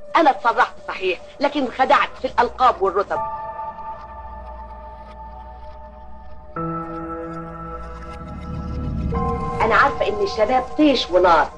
انا اتسرحت صحيح، لكن خدعت في الالقاب والرتب. انا عارفه ان الشباب طيش ونار.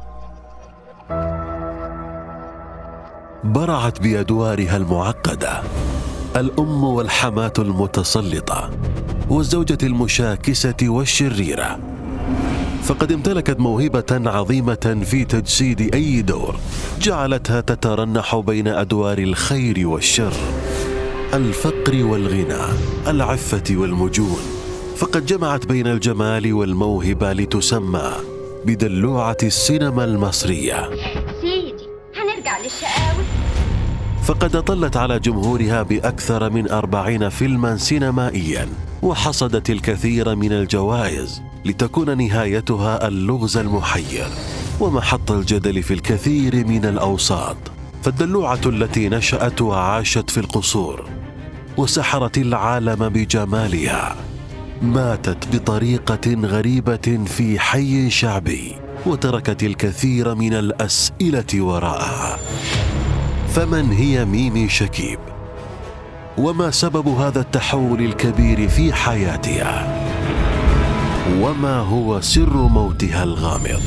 برعت بأدوارها المعقدة، الأم والحماة المتسلطة والزوجة المشاكسة والشريرة، فقد امتلكت موهبة عظيمة في تجسيد أي دور جعلتها تترنح بين أدوار الخير والشر، الفقر والغنى، العفة والمجون، فقد جمعت بين الجمال والموهبة لتسمى بدلوعة السينما المصرية. سيدي هنرجع للشقاوة. فقد أطلت على جمهورها بأكثر من 40 فيلما سينمائيا، وحصدت الكثير من الجوائز لتكون نهايتها اللغز المحير ومحط الجدل في الكثير من الأوساط. فالدلوعة التي نشأت وعاشت في القصور وسحرت العالم بجمالها ماتت بطريقة غريبة في حي شعبي، وتركت الكثير من الأسئلة وراءها. فمن هي ميمي شكيب؟ وما سبب هذا التحول الكبير في حياتها؟ وما هو سر موتها الغامض؟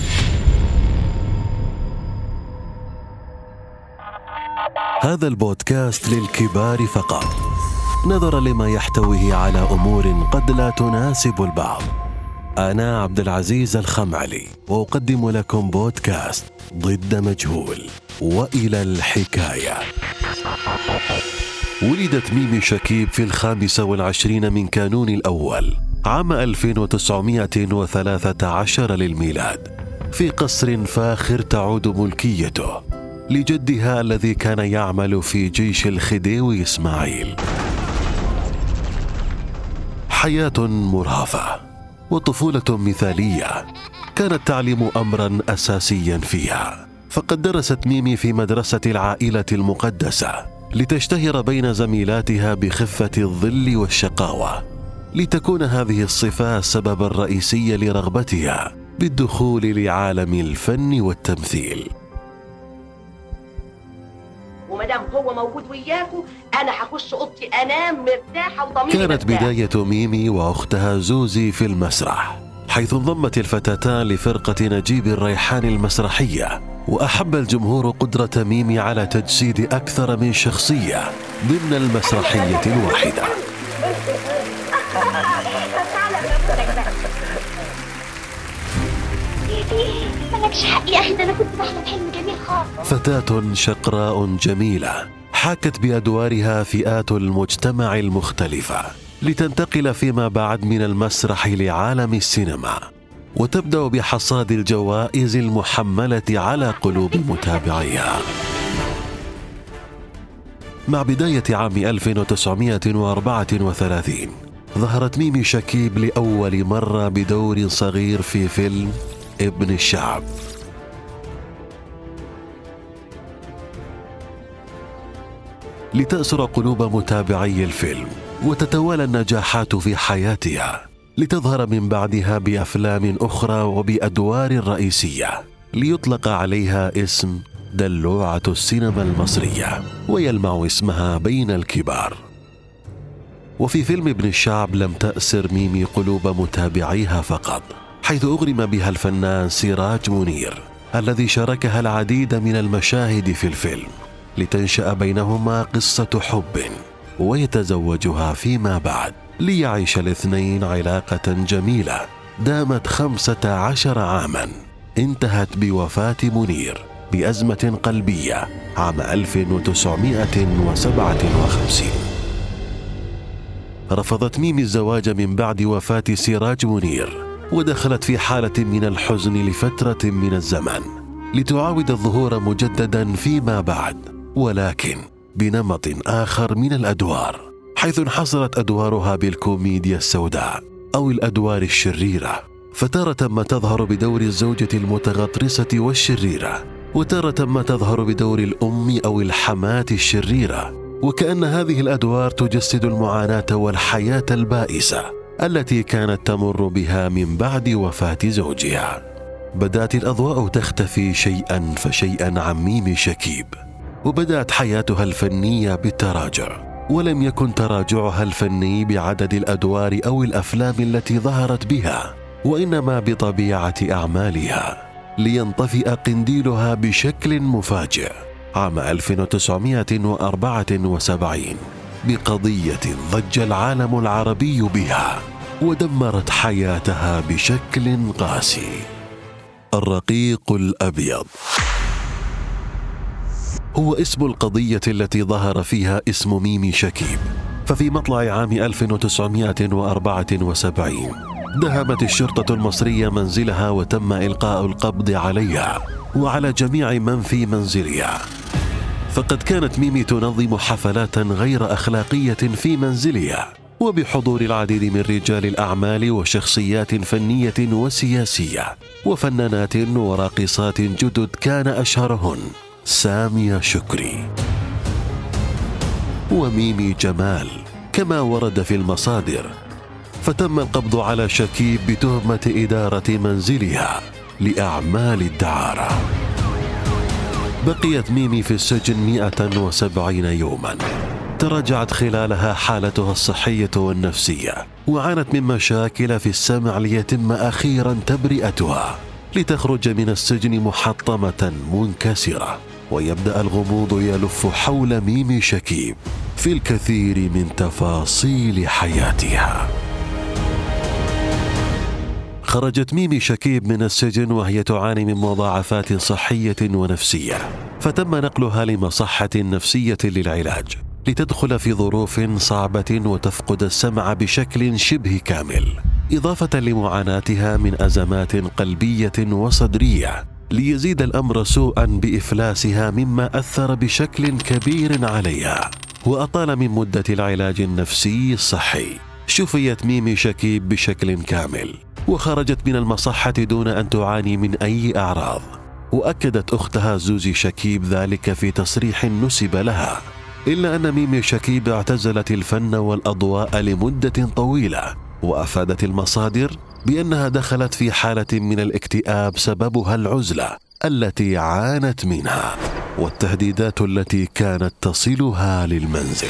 هذا البودكاست للكبار فقط، نظرا لما يحتويه على أمور قد لا تناسب البعض. أنا عبد العزيز الخمعلي، وأقدم لكم بودكاست ضد مجهول. وإلى الحكاية. ولدت ميمي شكيب في 25 من كانون الأول عام 1913 للميلاد، في قصر فاخر تعود ملكيته لجدها الذي كان يعمل في جيش الخديوي إسماعيل. حياة مرهفة وطفولة مثالية، كان التعليم أمرا أساسيا فيها، فقد درست ميمي في مدرسة العائلة المقدسة لتشتهر بين زميلاتها بخفة الظل والشقاوة، لتكون هذه الصفة السبب الرئيسي لرغبتها بالدخول لعالم الفن والتمثيل. ومدام هو موجود وياكو انا هخش اوضتي انام مرتاحه وضميري كانت بداية ميمي واختها زوزي في المسرح، حيث انضمت الفتاتان لفرقة نجيب الريحان المسرحية، وأحب الجمهور قدرة ميمي على تجسيد أكثر من شخصية ضمن المسرحية الواحدة. مالكش حق يا أخي، ده أنا كنت بحلم حلم جميل خالص. فتاة شقراء جميلة حاكت بأدوارها فئات المجتمع المختلفة، لتنتقل فيما بعد من المسرح لعالم السينما، وتبدأ بحصاد الجوائز المحملة على قلوب متابعيها. مع بداية عام 1934 ظهرت ميمي شكيب لأول مرة بدور صغير في فيلم ابن الشعب. لتأسر قلوب متابعي الفيلم، وتتوالى النجاحات في حياتها، لتظهر من بعدها بأفلام أخرى وبأدوار رئيسية، ليطلق عليها اسم دلوعة السينما المصرية، ويلمع اسمها بين الكبار. وفي فيلم ابن الشعب لم تأسر ميمي قلوب متابعيها فقط، حيث أغرم بها الفنان سراج منير الذي شاركها العديد من المشاهد في الفيلم، لتنشأ بينهما قصة حب، ويتزوجها فيما بعد، ليعيش الاثنين علاقة جميلة دامت 15 عاما، انتهت بوفاة منير بأزمة قلبية عام 1957. رفضت ميمي الزواج من بعد وفاة سراج منير، ودخلت في حالة من الحزن لفترة من الزمن، لتعاود الظهور مجددا فيما بعد، ولكن بنمط آخر من الأدوار، حيث انحصرت أدوارها بالكوميديا السوداء أو الأدوار الشريرة، فتارة ما تظهر بدور الزوجة المتغطرسة والشريرة، وتارة ما تظهر بدور الأم أو الحماة الشريرة، وكأن هذه الأدوار تجسد المعاناة والحياة البائسة التي كانت تمر بها من بعد وفاة زوجها. بدأت الأضواء تختفي شيئا فشيئا عن ميمي شكيب، وبدأت حياتها الفنية بالتراجع، ولم يكن تراجعها الفني بعدد الأدوار أو الأفلام التي ظهرت بها، وإنما بطبيعة أعمالها، لينطفئ قنديلها بشكل مفاجئ عام 1974 بقضية ضج العالم العربي بها ودمرت حياتها بشكل قاسي. الرقيق الأبيض هو اسم القضية التي ظهر فيها اسم ميمي شكيب. ففي مطلع عام 1974 دهمت الشرطة المصرية منزلها وتم إلقاء القبض عليها وعلى جميع من في منزلها. فقد كانت ميمي تنظم حفلات غير أخلاقية في منزلها، وبحضور العديد من رجال الأعمال وشخصيات فنية وسياسية وفنانات وراقصات جدد، كان أشهرهن سامية شكري وميمي جمال كما ورد في المصادر. فتم القبض على شكيب بتهمة إدارة منزلها لأعمال الدعارة. بقيت ميمي في السجن 170 يوما، تراجعت خلالها حالتها الصحية والنفسية، وعانت من مشاكل في السمع ليتم أخيرا تبرئتها لتخرج من السجن محطمة منكسرة. ويبدأ الغموض يلف حول ميمي شكيب في الكثير من تفاصيل حياتها. خرجت ميمي شكيب من السجن وهي تعاني من مضاعفات صحية ونفسية، فتم نقلها لمصحة نفسية للعلاج لتدخل في ظروف صعبة وتفقد السمع بشكل شبه كامل، إضافة لمعاناتها من أزمات قلبية وصدرية، ليزيد الأمر سوءا بإفلاسها مما أثر بشكل كبير عليها وأطال من مدة العلاج النفسي الصحي. شفيت ميمي شكيب بشكل كامل وخرجت من المصحة دون أن تعاني من أي أعراض، وأكدت أختها زوزي شكيب ذلك في تصريح نسب لها. إلا أن ميمي شكيب اعتزلت الفن والأضواء لمدة طويلة، وأفادت المصادر بأنها دخلت في حالة من الاكتئاب سببها العزلة التي عانت منها والتهديدات التي كانت تصلها للمنزل.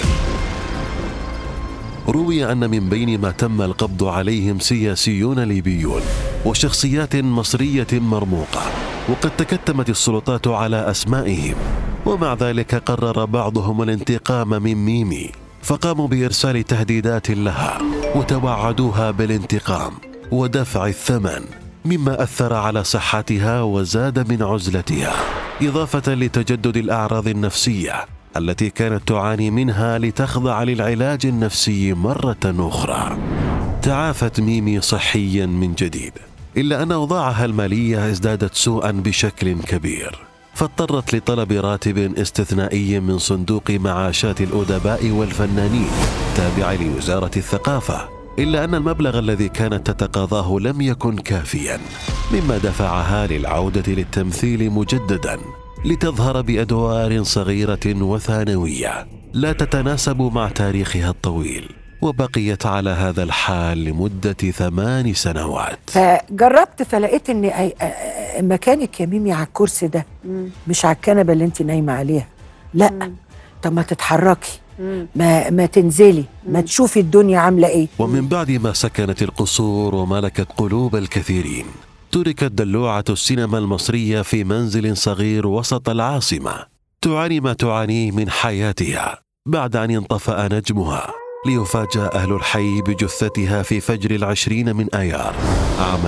روي أن من بين ما تم القبض عليهم سياسيون ليبيون وشخصيات مصرية مرموقة، وقد تكتمت السلطات على أسمائهم، ومع ذلك قرر بعضهم الانتقام من ميمي، فقاموا بإرسال تهديدات لها وتوعدوها بالانتقام ودفع الثمن، مما أثر على صحتها وزاد من عزلتها، إضافة لتجدد الأعراض النفسية التي كانت تعاني منها لتخضع للعلاج النفسي مرة أخرى. تعافت ميمي صحيا من جديد، إلا أن أوضاعها المالية ازدادت سوءا بشكل كبير، فاضطرت لطلب راتب استثنائي من صندوق معاشات الأدباء والفنانين تابع لوزارة الثقافة، إلا أن المبلغ الذي كانت تتقاضاه لم يكن كافيا، مما دفعها للعودة للتمثيل مجددا لتظهر بأدوار صغيرة وثانوية لا تتناسب مع تاريخها الطويل، وبقيت على هذا الحال لمدة 8 سنوات. فجربت فلقيت ان مكانك يا ميمي على الكرسي ده مش على الكنبة اللي انت نايمة عليها، لا طب ما تتحركي، ما تنزلي، ما تشوفي الدنيا عاملة ايه. ومن بعد ما سكنت القصور وملكت قلوب الكثيرين، تركت دلوعة السينما المصرية في منزل صغير وسط العاصمة تعاني ما تعانيه من حياتها بعد أن انطفأ نجمها، ليفاجأ أهل الحي بجثتها في فجر 20 من آيار عام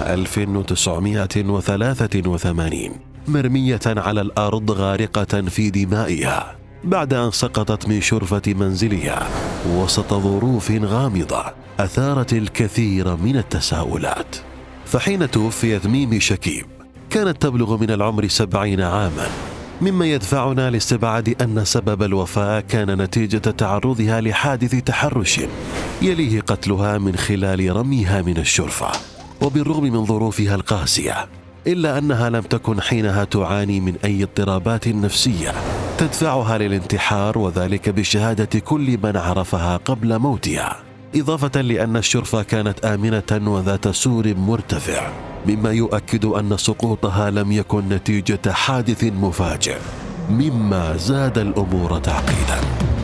1983 مرمية على الأرض غارقة في دمائها بعد أن سقطت من شرفة منزلها وسط ظروف غامضة أثارت الكثير من التساؤلات. فحين توفيت ميمي شكيب كانت تبلغ من العمر 70 عاما، مما يدفعنا لاستبعاد أن سبب الوفاة كان نتيجة تعرضها لحادث تحرش يليه قتلها من خلال رميها من الشرفة. وبالرغم من ظروفها القاسية، إلا أنها لم تكن حينها تعاني من أي اضطرابات نفسية تدفعها للانتحار، وذلك بشهادة كل من عرفها قبل موتها، إضافة لأن الشرفة كانت آمنة وذات سور مرتفع، مما يؤكد أن سقوطها لم يكن نتيجة حادث مفاجئ، مما زاد الأمور تعقيدا.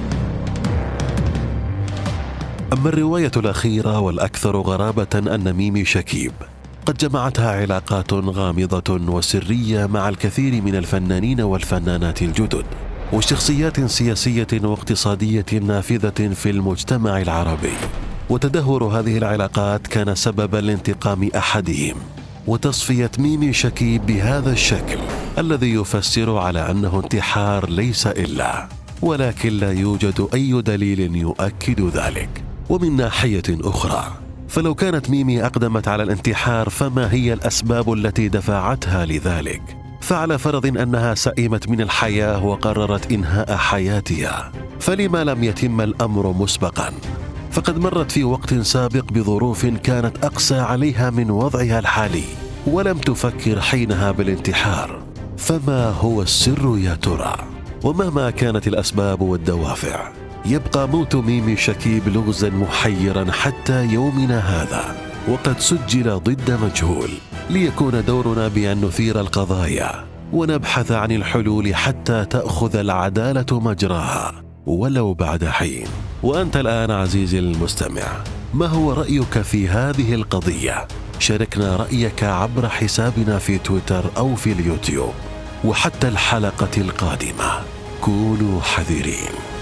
أما الرواية الأخيرة والأكثر غرابة أن ميمي شكيب قد جمعتها علاقات غامضة وسرية مع الكثير من الفنانين والفنانات الجدد وشخصيات سياسية واقتصادية نافذة في المجتمع العربي، وتدهور هذه العلاقات كان سببا لانتقام أحدهم وتصفية ميمي شكيب بهذا الشكل الذي يفسر على أنه انتحار ليس إلا، ولكن لا يوجد أي دليل يؤكد ذلك. ومن ناحية أخرى، فلو كانت ميمي أقدمت على الانتحار فما هي الأسباب التي دفعتها لذلك؟ فعلى فرض أنها سئمت من الحياة وقررت إنهاء حياتها، فلما لم يتم الأمر مسبقا؟ فقد مرت في وقت سابق بظروف كانت أقسى عليها من وضعها الحالي ولم تفكر حينها بالانتحار. فما هو السر يا ترى؟ ومهما كانت الأسباب والدوافع، يبقى موت ميمي شكيب لغزا محيرا حتى يومنا هذا، وقد سجل ضد مجهول، ليكون دورنا بأن نثير القضايا ونبحث عن الحلول حتى تأخذ العدالة مجراها ولو بعد حين. وأنت الآن عزيزي المستمع، ما هو رأيك في هذه القضية؟ شاركنا رأيك عبر حسابنا في تويتر أو في اليوتيوب. وحتى الحلقة القادمة كونوا حذرين.